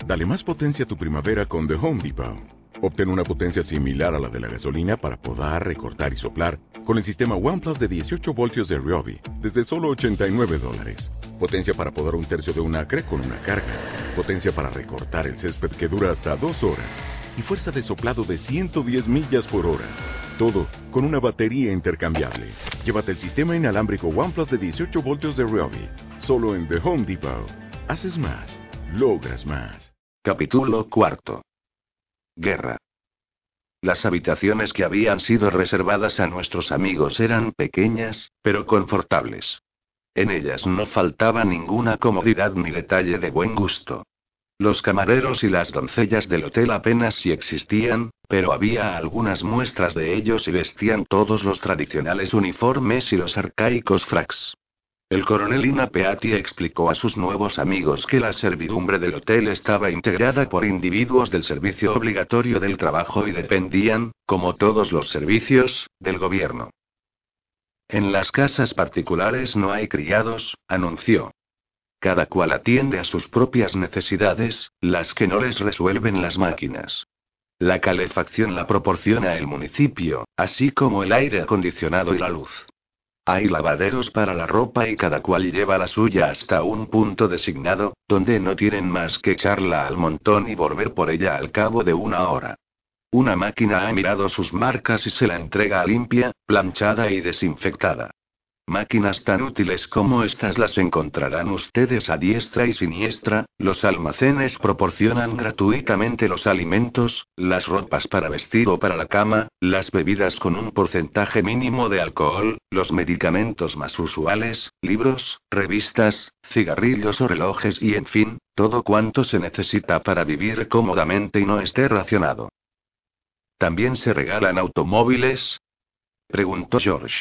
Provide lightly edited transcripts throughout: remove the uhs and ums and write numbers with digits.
Dale más potencia a tu primavera con The Home Depot. Obtén una potencia similar a la de la gasolina para podar, recortar y soplar con el sistema OnePlus de 18 voltios de Ryobi desde solo $89. Potencia para podar un tercio de un acre con una carga. Potencia para recortar el césped que dura hasta 2 horas. Y fuerza de soplado de 110 millas por hora. Todo con una batería intercambiable. Llévate el sistema inalámbrico OnePlus de 18 voltios de Ryobi. Solo en The Home Depot. Haces más. Logras más. Capítulo 4. Guerra. Las habitaciones que habían sido reservadas a nuestros amigos eran pequeñas, pero confortables. En ellas no faltaba ninguna comodidad ni detalle de buen gusto. Los camareros y las doncellas del hotel apenas si existían, pero había algunas muestras de ellos y vestían todos los tradicionales uniformes y los arcaicos fracs. El coronel Ina Peati explicó a sus nuevos amigos que la servidumbre del hotel estaba integrada por individuos del servicio obligatorio del trabajo y dependían, como todos los servicios, del gobierno. En las casas particulares no hay criados, anunció. Cada cual atiende a sus propias necesidades, las que no les resuelven las máquinas. La calefacción la proporciona el municipio, así como el aire acondicionado y la luz. Hay lavaderos para la ropa y cada cual lleva la suya hasta un punto designado, donde no tienen más que echarla al montón y volver por ella al cabo de una hora. Una máquina ha mirado sus marcas y se la entrega limpia, planchada y desinfectada. Máquinas tan útiles como estas las encontrarán ustedes a diestra y siniestra. Los almacenes proporcionan gratuitamente los alimentos, las ropas para vestir o para la cama, las bebidas con un porcentaje mínimo de alcohol, los medicamentos más usuales, libros, revistas, cigarrillos o relojes y en fin, todo cuanto se necesita para vivir cómodamente y no esté racionado. ¿También se regalan automóviles?, preguntó George.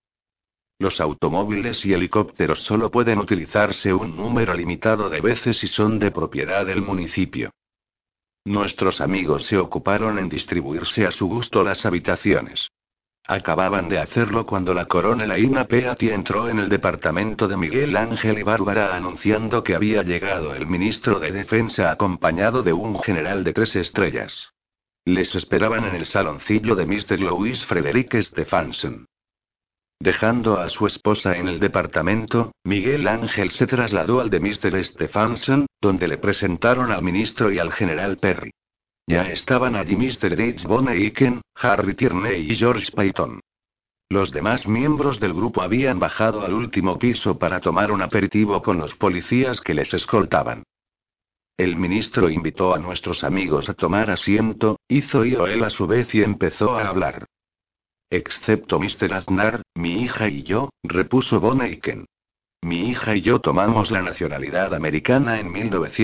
Los automóviles y helicópteros solo pueden utilizarse un número limitado de veces y son de propiedad del municipio. Nuestros amigos se ocuparon en distribuirse a su gusto las habitaciones. Acababan de hacerlo cuando la coronel Ina Peati entró en el departamento de Miguel Ángel y Bárbara anunciando que había llegado el ministro de Defensa acompañado de un general de 3 estrellas. Les esperaban en el saloncillo de Mr. Louis Frederick Stephenson. Dejando a su esposa en el departamento, Miguel Ángel se trasladó al de Mr. Stephenson, donde le presentaron al ministro y al general Perry. Ya estaban allí Mr. Rich Von Eiken, Harry Tierney y George Payton. Los demás miembros del grupo habían bajado al último piso para tomar un aperitivo con los policías que les escoltaban. El ministro invitó a nuestros amigos a tomar asiento, hizo y él a su vez y empezó a hablar. Excepto Mr. Aznar, mi hija y yo, repuso Von Eiken. Mi hija y yo tomamos la nacionalidad americana en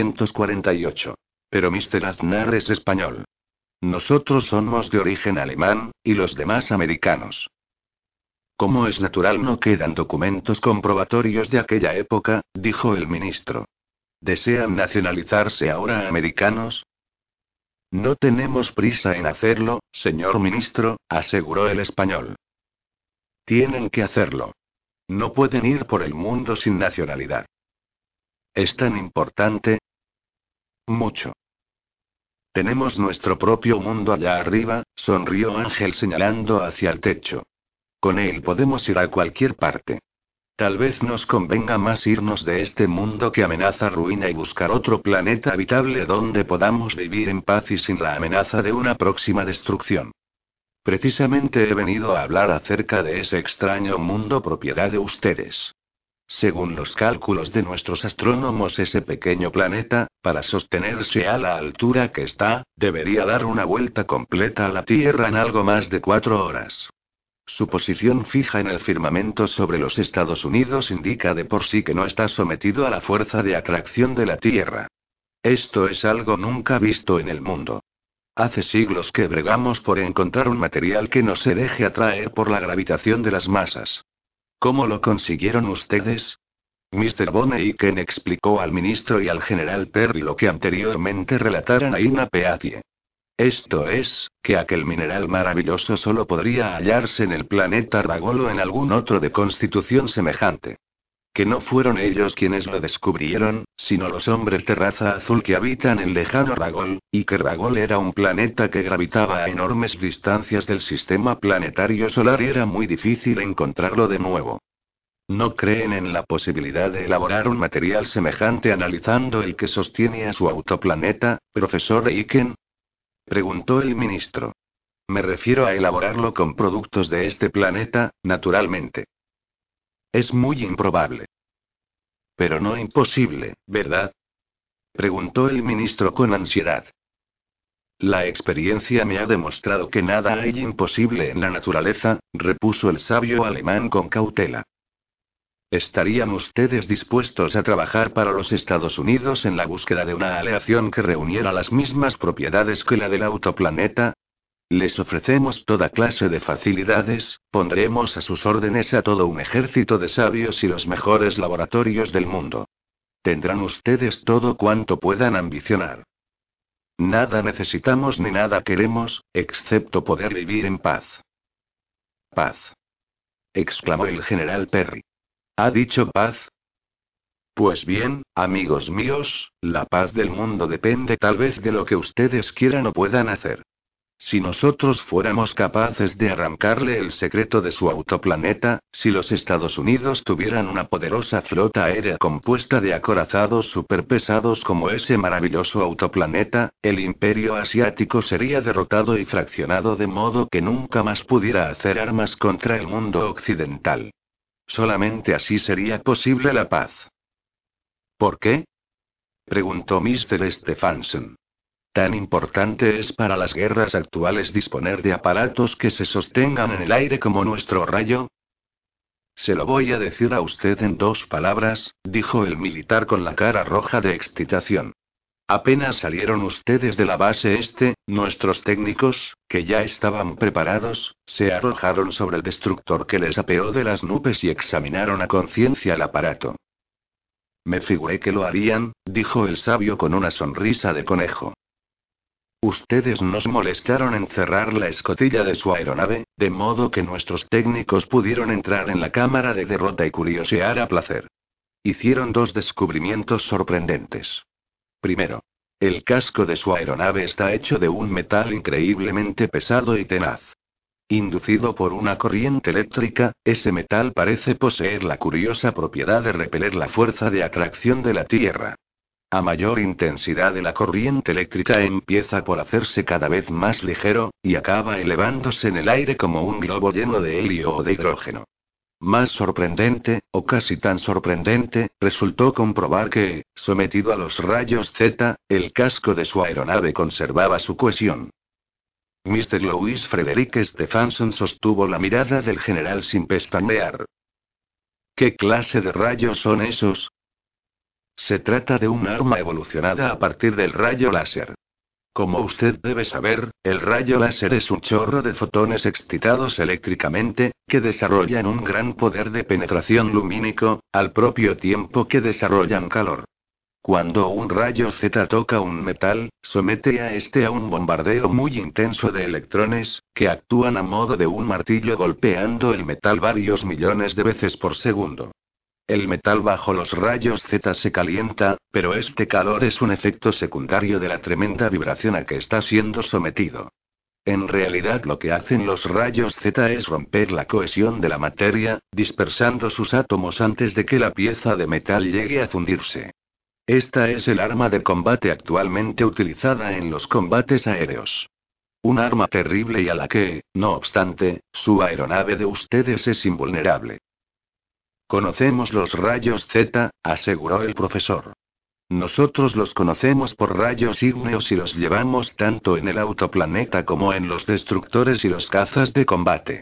1948. Pero Mr. Aznar es español. Nosotros somos de origen alemán, y los demás americanos. Como es natural, no quedan documentos comprobatorios de aquella época, dijo el ministro. ¿Desean nacionalizarse ahora americanos? No tenemos prisa en hacerlo, señor ministro, aseguró el español. Tienen que hacerlo. No pueden ir por el mundo sin nacionalidad. ¿Es tan importante? Mucho. Tenemos nuestro propio mundo allá arriba, sonrió Ángel señalando hacia el techo. Con él podemos ir a cualquier parte. Tal vez nos convenga más irnos de este mundo que amenaza ruina y buscar otro planeta habitable donde podamos vivir en paz y sin la amenaza de una próxima destrucción. Precisamente he venido a hablar acerca de ese extraño mundo propiedad de ustedes. Según los cálculos de nuestros astrónomos, ese pequeño planeta, para sostenerse a la altura que está, debería dar una vuelta completa a la Tierra en algo más de 4 horas. Su posición fija en el firmamento sobre los Estados Unidos indica de por sí que no está sometido a la fuerza de atracción de la Tierra. Esto es algo nunca visto en el mundo. Hace siglos que bregamos por encontrar un material que no se deje atraer por la gravitación de las masas. ¿Cómo lo consiguieron ustedes? Mr. Von Eiken explicó al ministro y al general Perry lo que anteriormente relataran a Ina Peati. Esto es, que aquel mineral maravilloso solo podría hallarse en el planeta Ragol o en algún otro de constitución semejante. que no fueron ellos quienes lo descubrieron, sino los hombres de raza azul que habitan el lejano Ragol, y que Ragol era un planeta que gravitaba a enormes distancias del sistema planetario solar y era muy difícil encontrarlo de nuevo. ¿No creen en la posibilidad de elaborar un material semejante analizando el que sostiene a su autoplaneta, profesor Eiken? Preguntó el ministro. Me refiero a elaborarlo con productos de este planeta, naturalmente. Es muy improbable. Pero no imposible, ¿verdad? Preguntó el ministro con ansiedad. La experiencia me ha demostrado que nada hay imposible en la naturaleza, repuso el sabio alemán con cautela. ¿Estarían ustedes dispuestos a trabajar para los Estados Unidos en la búsqueda de una aleación que reuniera las mismas propiedades que la del autoplaneta? Les ofrecemos toda clase de facilidades, pondremos a sus órdenes a todo un ejército de sabios y los mejores laboratorios del mundo. Tendrán ustedes todo cuanto puedan ambicionar. Nada necesitamos ni nada queremos, excepto poder vivir en paz. Paz. Exclamó el general Perry. ¿Ha dicho paz? Pues bien, amigos míos, la paz del mundo depende tal vez de lo que ustedes quieran o puedan hacer. Si nosotros fuéramos capaces de arrancarle el secreto de su autoplaneta, si los Estados Unidos tuvieran una poderosa flota aérea compuesta de acorazados superpesados como ese maravilloso autoplaneta, el imperio asiático sería derrotado y fraccionado de modo que nunca más pudiera hacer armas contra el mundo occidental. Solamente así sería posible la paz. ¿Por qué? Preguntó Mr. Stephenson. ¿Tan importante es para las guerras actuales disponer de aparatos que se sostengan en el aire como nuestro rayo? Se lo voy a decir a usted en 2 palabras, dijo el militar con la cara roja de excitación. Apenas salieron ustedes de la base nuestros técnicos, que ya estaban preparados, se arrojaron sobre el destructor que les apeó de las nubes y examinaron a conciencia el aparato. Me figuré que lo harían, dijo el sabio con una sonrisa de conejo. Ustedes nos molestaron en cerrar la escotilla de su aeronave, de modo que nuestros técnicos pudieron entrar en la cámara de derrota y curiosear a placer. Hicieron 2 descubrimientos sorprendentes. Primero, el casco de su aeronave está hecho de un metal increíblemente pesado y tenaz. Inducido por una corriente eléctrica, ese metal parece poseer la curiosa propiedad de repeler la fuerza de atracción de la Tierra. A mayor intensidad de la corriente eléctrica empieza por hacerse cada vez más ligero, y acaba elevándose en el aire como un globo lleno de helio o de hidrógeno. Más sorprendente, o casi tan sorprendente, resultó comprobar que, sometido a los rayos Z, el casco de su aeronave conservaba su cohesión. Mr. Louis Frederick Stephenson sostuvo la mirada del general sin pestañear. ¿Qué clase de rayos son esos? Se trata de un arma evolucionada a partir del rayo láser. Como usted debe saber, el rayo láser es un chorro de fotones excitados eléctricamente, que desarrollan un gran poder de penetración lumínico, al propio tiempo que desarrollan calor. Cuando un rayo Z toca un metal, somete a un bombardeo muy intenso de electrones, que actúan a modo de un martillo golpeando el metal varios millones de veces por segundo. El metal bajo los rayos Z se calienta, pero este calor es un efecto secundario de la tremenda vibración a que está siendo sometido. En realidad lo que hacen los rayos Z es romper la cohesión de la materia, dispersando sus átomos antes de que la pieza de metal llegue a fundirse. Esta es el arma de combate actualmente utilizada en los combates aéreos. Un arma terrible y a la que, no obstante, su aeronave de ustedes es invulnerable. Conocemos los rayos Z, aseguró el profesor. Nosotros los conocemos por rayos ígneos y los llevamos tanto en el autoplaneta como en los destructores y los cazas de combate.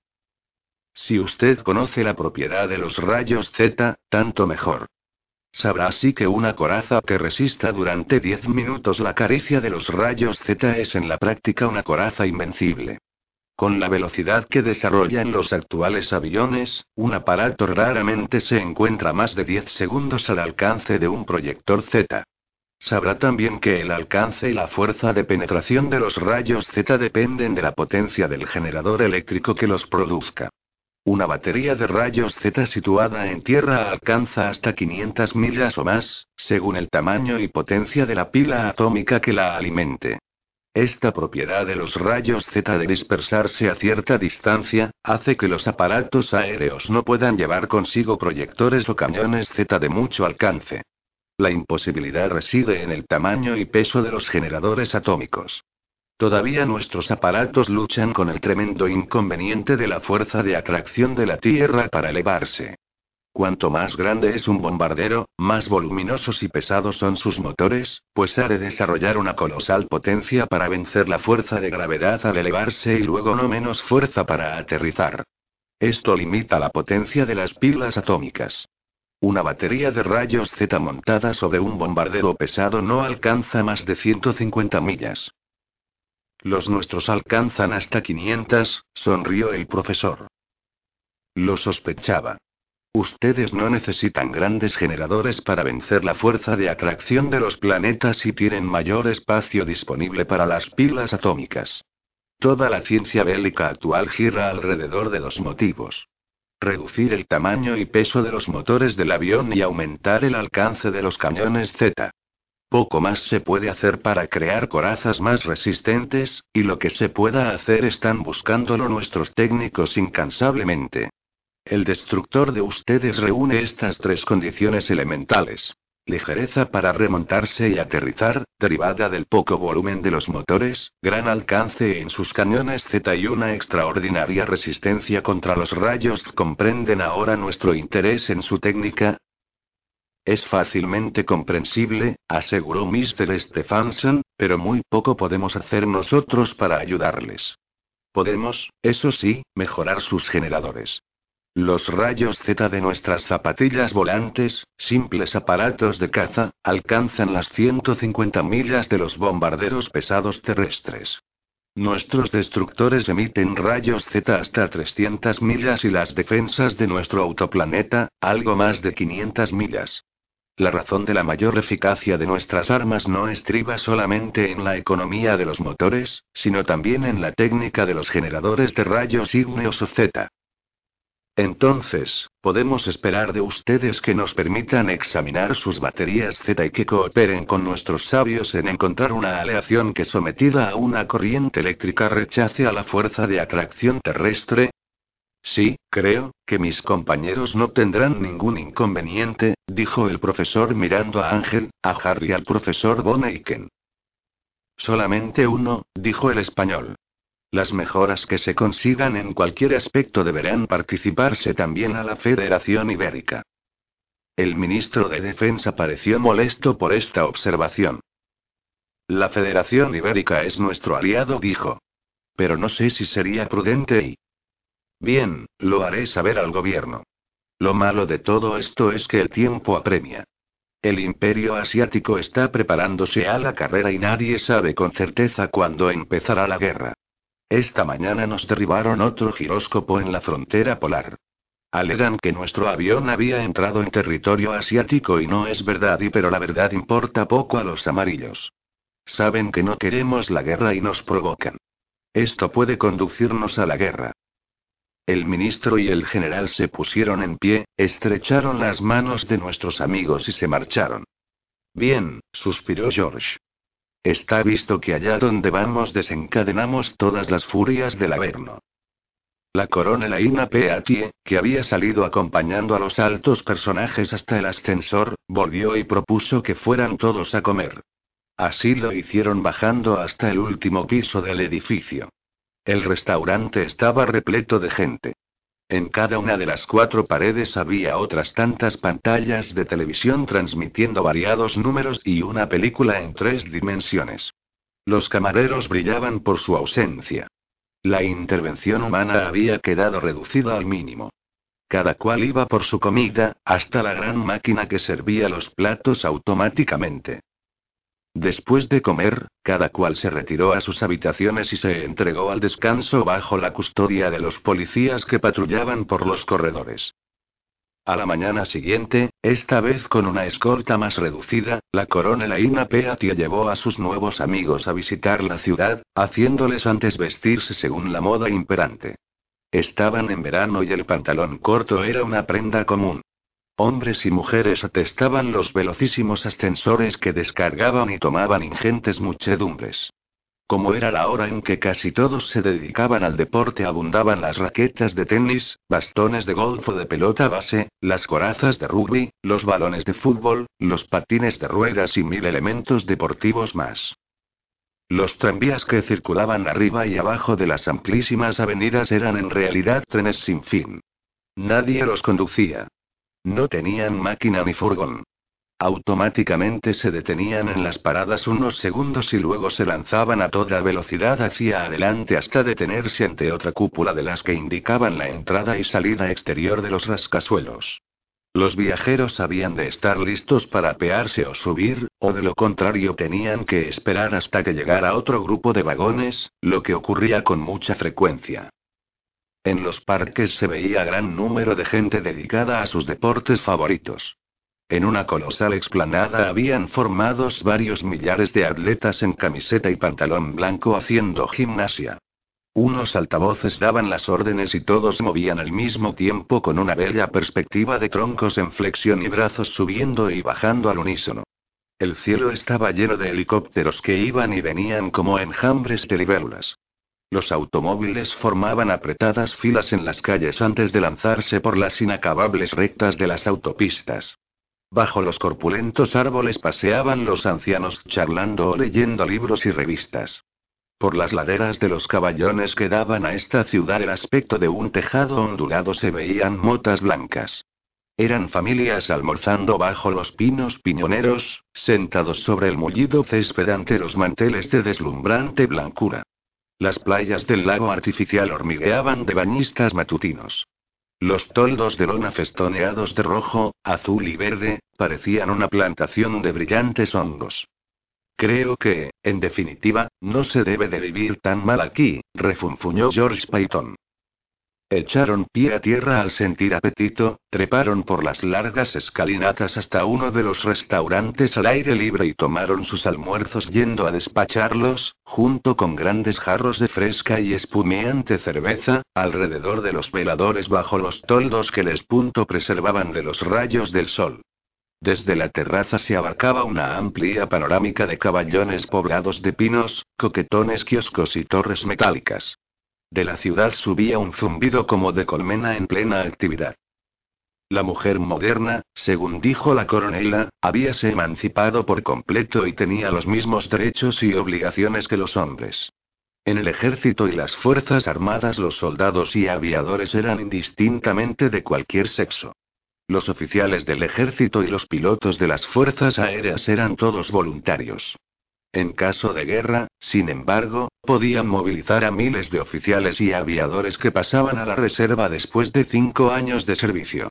Si usted conoce la propiedad de los rayos Z, tanto mejor. Sabrá así que una coraza que resista durante 10 minutos la caricia de los rayos Z es en la práctica una coraza invencible. Con la velocidad que desarrollan los actuales aviones, un aparato raramente se encuentra más de 10 segundos al alcance de un proyector Z. Sabrá también que el alcance y la fuerza de penetración de los rayos Z dependen de la potencia del generador eléctrico que los produzca. Una batería de rayos Z situada en tierra alcanza hasta 500 millas o más, según el tamaño y potencia de la pila atómica que la alimente. Esta propiedad de los rayos Z de dispersarse a cierta distancia, hace que los aparatos aéreos no puedan llevar consigo proyectores o cañones Z de mucho alcance. La imposibilidad reside en el tamaño y peso de los generadores atómicos. Todavía nuestros aparatos luchan con el tremendo inconveniente de la fuerza de atracción de la Tierra para elevarse. Cuanto más grande es un bombardero, más voluminosos y pesados son sus motores, pues ha de desarrollar una colosal potencia para vencer la fuerza de gravedad al elevarse y luego no menos fuerza para aterrizar. Esto limita la potencia de las pilas atómicas. Una batería de rayos Z montada sobre un bombardero pesado no alcanza más de 150 millas. Los nuestros alcanzan hasta 500, sonrió el profesor. Lo sospechaba. Ustedes no necesitan grandes generadores para vencer la fuerza de atracción de los planetas y tienen mayor espacio disponible para las pilas atómicas. Toda la ciencia bélica actual gira alrededor de dos motivos. Reducir el tamaño y peso de los motores del avión y aumentar el alcance de los cañones Z. Poco más se puede hacer para crear corazas más resistentes, y lo que se pueda hacer están buscándolo nuestros técnicos incansablemente. El destructor de ustedes reúne estas tres condiciones elementales. Ligereza para remontarse y aterrizar, derivada del poco volumen de los motores, gran alcance en sus cañones Z y una extraordinaria resistencia contra los rayos. ¿Comprenden ahora nuestro interés en su técnica? Es fácilmente comprensible, aseguró Mr. Stephenson, pero muy poco podemos hacer nosotros para ayudarles. Podemos, eso sí, mejorar sus generadores. Los rayos Z de nuestras zapatillas volantes, simples aparatos de caza, alcanzan las 150 millas de los bombarderos pesados terrestres. Nuestros destructores emiten rayos Z hasta 300 millas y las defensas de nuestro autoplaneta, algo más de 500 millas. La razón de la mayor eficacia de nuestras armas no estriba solamente en la economía de los motores, sino también en la técnica de los generadores de rayos ígneos o Z. Entonces, podemos esperar de ustedes que nos permitan examinar sus baterías Z y que cooperen con nuestros sabios en encontrar una aleación que sometida a una corriente eléctrica rechace a la fuerza de atracción terrestre. Sí, creo que mis compañeros no tendrán ningún inconveniente, dijo el profesor mirando a Ángel, a Harry y al profesor Von Eycken. Solamente uno, dijo el español. Las mejoras que se consigan en cualquier aspecto deberán participarse también a la Federación Ibérica. El ministro de Defensa pareció molesto por esta observación. La Federación Ibérica es nuestro aliado, dijo. Pero no sé si sería prudente y... Bien, lo haré saber al gobierno. Lo malo de todo esto es que el tiempo apremia. El imperio asiático está preparándose a la carrera y nadie sabe con certeza cuándo empezará la guerra. Esta mañana nos derribaron otro giróscopo en la frontera polar. Alegan que nuestro avión había entrado en territorio asiático y no es verdad, pero la verdad importa poco a los amarillos. Saben que no queremos la guerra y nos provocan. Esto puede conducirnos a la guerra. El ministro y el general se pusieron en pie, estrecharon las manos de nuestros amigos y se marcharon. Bien, suspiró George. Está visto que allá donde vamos desencadenamos todas las furias del Averno. La coronel Aina Peatie, que había salido acompañando a los altos personajes hasta el ascensor, volvió y propuso que fueran todos a comer. Así lo hicieron bajando hasta el último piso del edificio. El restaurante estaba repleto de gente. En cada una de las 4 paredes había otras tantas pantallas de televisión transmitiendo variados números y una película en 3 dimensiones. Los camareros brillaban por su ausencia. La intervención humana había quedado reducida al mínimo. Cada cual iba por su comida, hasta la gran máquina que servía los platos automáticamente. Después de comer, cada cual se retiró a sus habitaciones y se entregó al descanso bajo la custodia de los policías que patrullaban por los corredores. A la mañana siguiente, esta vez con una escolta más reducida, la coronel Aina Peatie llevó a sus nuevos amigos a visitar la ciudad, haciéndoles antes vestirse según la moda imperante. Estaban en verano y el pantalón corto era una prenda común. Hombres y mujeres atestaban los velocísimos ascensores que descargaban y tomaban ingentes muchedumbres. Como era la hora en que casi todos se dedicaban al deporte, abundaban las raquetas de tenis, bastones de golf o de pelota base, las corazas de rugby, los balones de fútbol, los patines de ruedas y 1000 elementos deportivos más. Los tranvías que circulaban arriba y abajo de las amplísimas avenidas eran en realidad trenes sin fin. Nadie los conducía. No tenían máquina ni furgón. Automáticamente se detenían en las paradas unos segundos y luego se lanzaban a toda velocidad hacia adelante hasta detenerse ante otra cúpula de las que indicaban la entrada y salida exterior de los rascasuelos. Los viajeros habían de estar listos para apearse o subir, o de lo contrario tenían que esperar hasta que llegara otro grupo de vagones, lo que ocurría con mucha frecuencia. En los parques se veía gran número de gente dedicada a sus deportes favoritos. En una colosal explanada habían formados varios millares de atletas en camiseta y pantalón blanco haciendo gimnasia. Unos altavoces daban las órdenes y todos movían al mismo tiempo con una bella perspectiva de troncos en flexión y brazos subiendo y bajando al unísono. El cielo estaba lleno de helicópteros que iban y venían como enjambres de libélulas. Los automóviles formaban apretadas filas en las calles antes de lanzarse por las inacabables rectas de las autopistas. Bajo los corpulentos árboles paseaban los ancianos charlando o leyendo libros y revistas. Por las laderas de los caballones que daban a esta ciudad el aspecto de un tejado ondulado se veían motas blancas. Eran familias almorzando bajo los pinos piñoneros, sentados sobre el mullido césped ante los manteles de deslumbrante blancura. Las playas del lago artificial hormigueaban de bañistas matutinos. Los toldos de lona festoneados de rojo, azul y verde, parecían una plantación de brillantes hongos. Creo que, en definitiva, no se debe de vivir tan mal aquí, refunfuñó George Payton. Echaron pie a tierra al sentir apetito, treparon por las largas escalinatas hasta uno de los restaurantes al aire libre y tomaron sus almuerzos yendo a despacharlos, junto con grandes jarros de fresca y espumeante cerveza, alrededor de los veladores bajo los toldos que les preservaban de los rayos del sol. Desde la terraza se abarcaba una amplia panorámica de caballones poblados de pinos, coquetones kioscos y torres metálicas. De la ciudad subía un zumbido como de colmena en plena actividad. La mujer moderna, según dijo la coronela, habíase emancipado por completo y tenía los mismos derechos y obligaciones que los hombres. En el ejército y las fuerzas armadas los soldados y aviadores eran indistintamente de cualquier sexo. Los oficiales del ejército y los pilotos de las fuerzas aéreas eran todos voluntarios. En caso de guerra, sin embargo, podían movilizar a miles de oficiales y aviadores que pasaban a la reserva después de 5 años de servicio.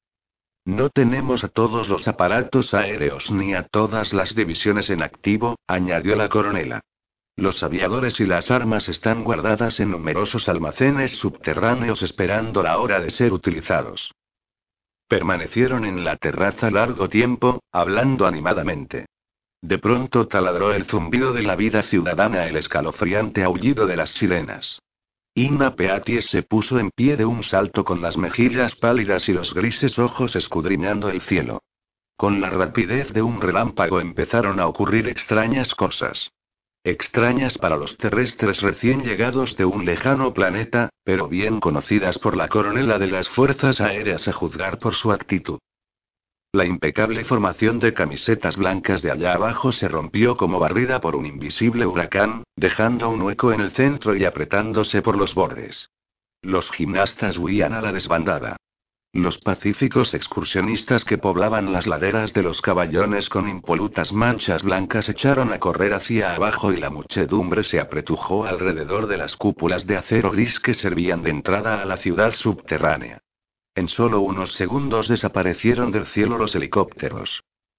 No tenemos a todos los aparatos aéreos ni a todas las divisiones en activo, añadió la coronela. Los aviadores y las armas están guardadas en numerosos almacenes subterráneos esperando la hora de ser utilizados. Permanecieron en la terraza largo tiempo, hablando animadamente. De pronto taladró el zumbido de la vida ciudadana el escalofriante aullido de las sirenas. Ina Peatie se puso en pie de un salto con las mejillas pálidas y los grises ojos escudriñando el cielo. Con la rapidez de un relámpago empezaron a ocurrir extrañas cosas. Extrañas para los terrestres recién llegados de un lejano planeta, pero bien conocidas por la coronela de las fuerzas aéreas a juzgar por su actitud. La impecable formación de camisetas blancas de allá abajo se rompió como barrida por un invisible huracán, dejando un hueco en el centro y apretándose por los bordes. Los gimnastas huían a la desbandada. Los pacíficos excursionistas que poblaban las laderas de los caballones con impolutas manchas blancas echaron a correr hacia abajo y la muchedumbre se apretujó alrededor de las cúpulas de acero gris que servían de entrada a la ciudad subterránea. En solo unos segundos desaparecieron del cielo los helicópteros.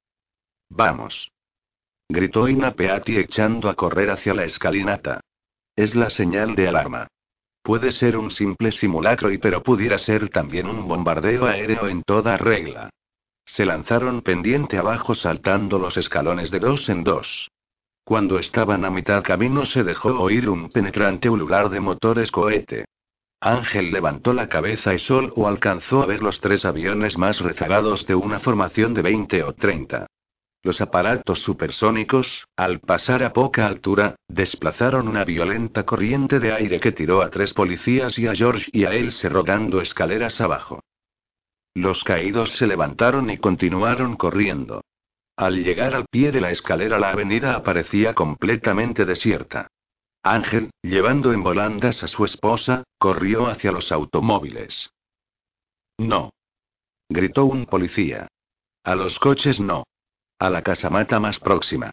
¡Vamos!, gritó Ina Peatie echando a correr hacia la escalinata. Es la señal de alarma. Puede ser un simple simulacro pero pudiera ser también un bombardeo aéreo en toda regla. Se lanzaron pendiente abajo saltando los escalones de 2 en 2. Cuando estaban a mitad camino se dejó oír un penetrante ulular de motores cohete. Ángel levantó la cabeza y solo alcanzó a ver los 3 aviones más rezagados de una formación de 20 o 30. Los aparatos supersónicos, al pasar a poca altura, desplazaron una violenta corriente de aire que tiró a 3 policías y a George y a Else rodando escaleras abajo. Los caídos se levantaron y continuaron corriendo. Al llegar al pie de la escalera, la avenida aparecía completamente desierta. Ángel, llevando en volandas a su esposa, corrió hacia los automóviles. No. Gritó un policía. A los coches no. A la casamata más próxima.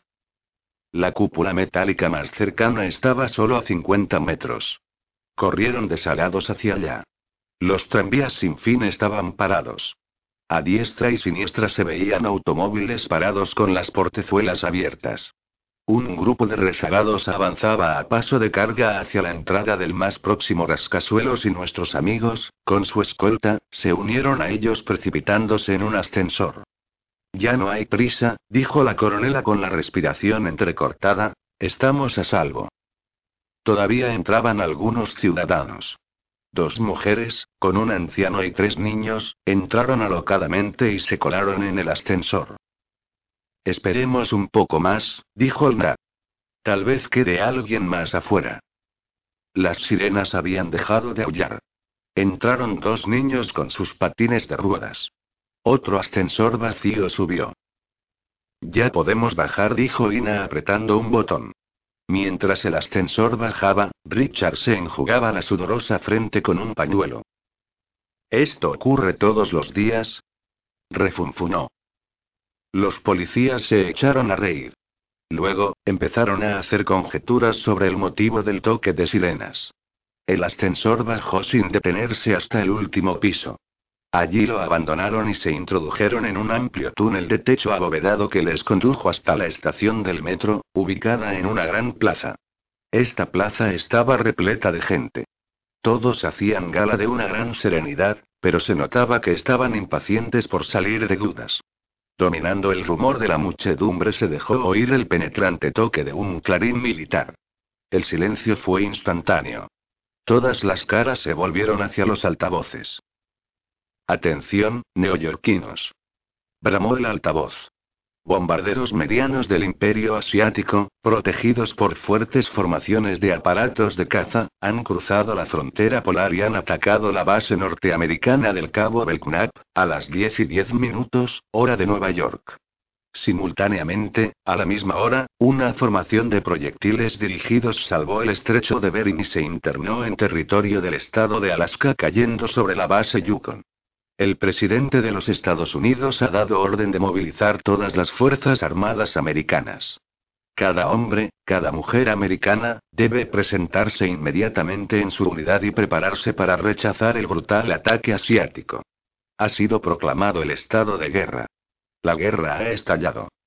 La cúpula metálica más cercana estaba solo a 50 metros. Corrieron desalados hacia allá. Los tranvías sin fin estaban parados. A diestra y siniestra se veían automóviles parados con las portezuelas abiertas. Un grupo de rezagados avanzaba a paso de carga hacia la entrada del más próximo rascasuelos y nuestros amigos, con su escolta, se unieron a ellos precipitándose en un ascensor. Ya no hay prisa, dijo la coronela con la respiración entrecortada, estamos a salvo. Todavía entraban algunos ciudadanos. 2 mujeres, con un anciano y 3 niños, entraron alocadamente y se colaron en el ascensor. Esperemos un poco más, dijo Lna. Tal vez quede alguien más afuera. Las sirenas habían dejado de aullar. Entraron 2 niños con sus patines de ruedas. Otro ascensor vacío subió. Ya podemos bajar, dijo Ina apretando un botón. Mientras el ascensor bajaba, Richard se enjugaba la sudorosa frente con un pañuelo. ¿Esto ocurre todos los días? Refunfuñó. Los policías se echaron a reír. Luego, empezaron a hacer conjeturas sobre el motivo del toque de sirenas. El ascensor bajó sin detenerse hasta el último piso. Allí lo abandonaron y se introdujeron en un amplio túnel de techo abovedado que les condujo hasta la estación del metro, ubicada en una gran plaza. Esta plaza estaba repleta de gente. Todos hacían gala de una gran serenidad, pero se notaba que estaban impacientes por salir de dudas. Dominando el rumor de la muchedumbre se dejó oír el penetrante toque de un clarín militar. El silencio fue instantáneo. Todas las caras se volvieron hacia los altavoces. Atención, neoyorquinos. Bramó el altavoz. Bombarderos medianos del Imperio Asiático, protegidos por fuertes formaciones de aparatos de caza, han cruzado la frontera polar y han atacado la base norteamericana del Cabo Belknap, a las 10:10, hora de Nueva York. Simultáneamente, a la misma hora, una formación de proyectiles dirigidos salvó el estrecho de Bering y se internó en territorio del estado de Alaska cayendo sobre la base Yukon. El presidente de los Estados Unidos ha dado orden de movilizar todas las fuerzas armadas americanas. Cada hombre, cada mujer americana, debe presentarse inmediatamente en su unidad y prepararse para rechazar el brutal ataque asiático. Ha sido proclamado el estado de guerra. La guerra ha estallado.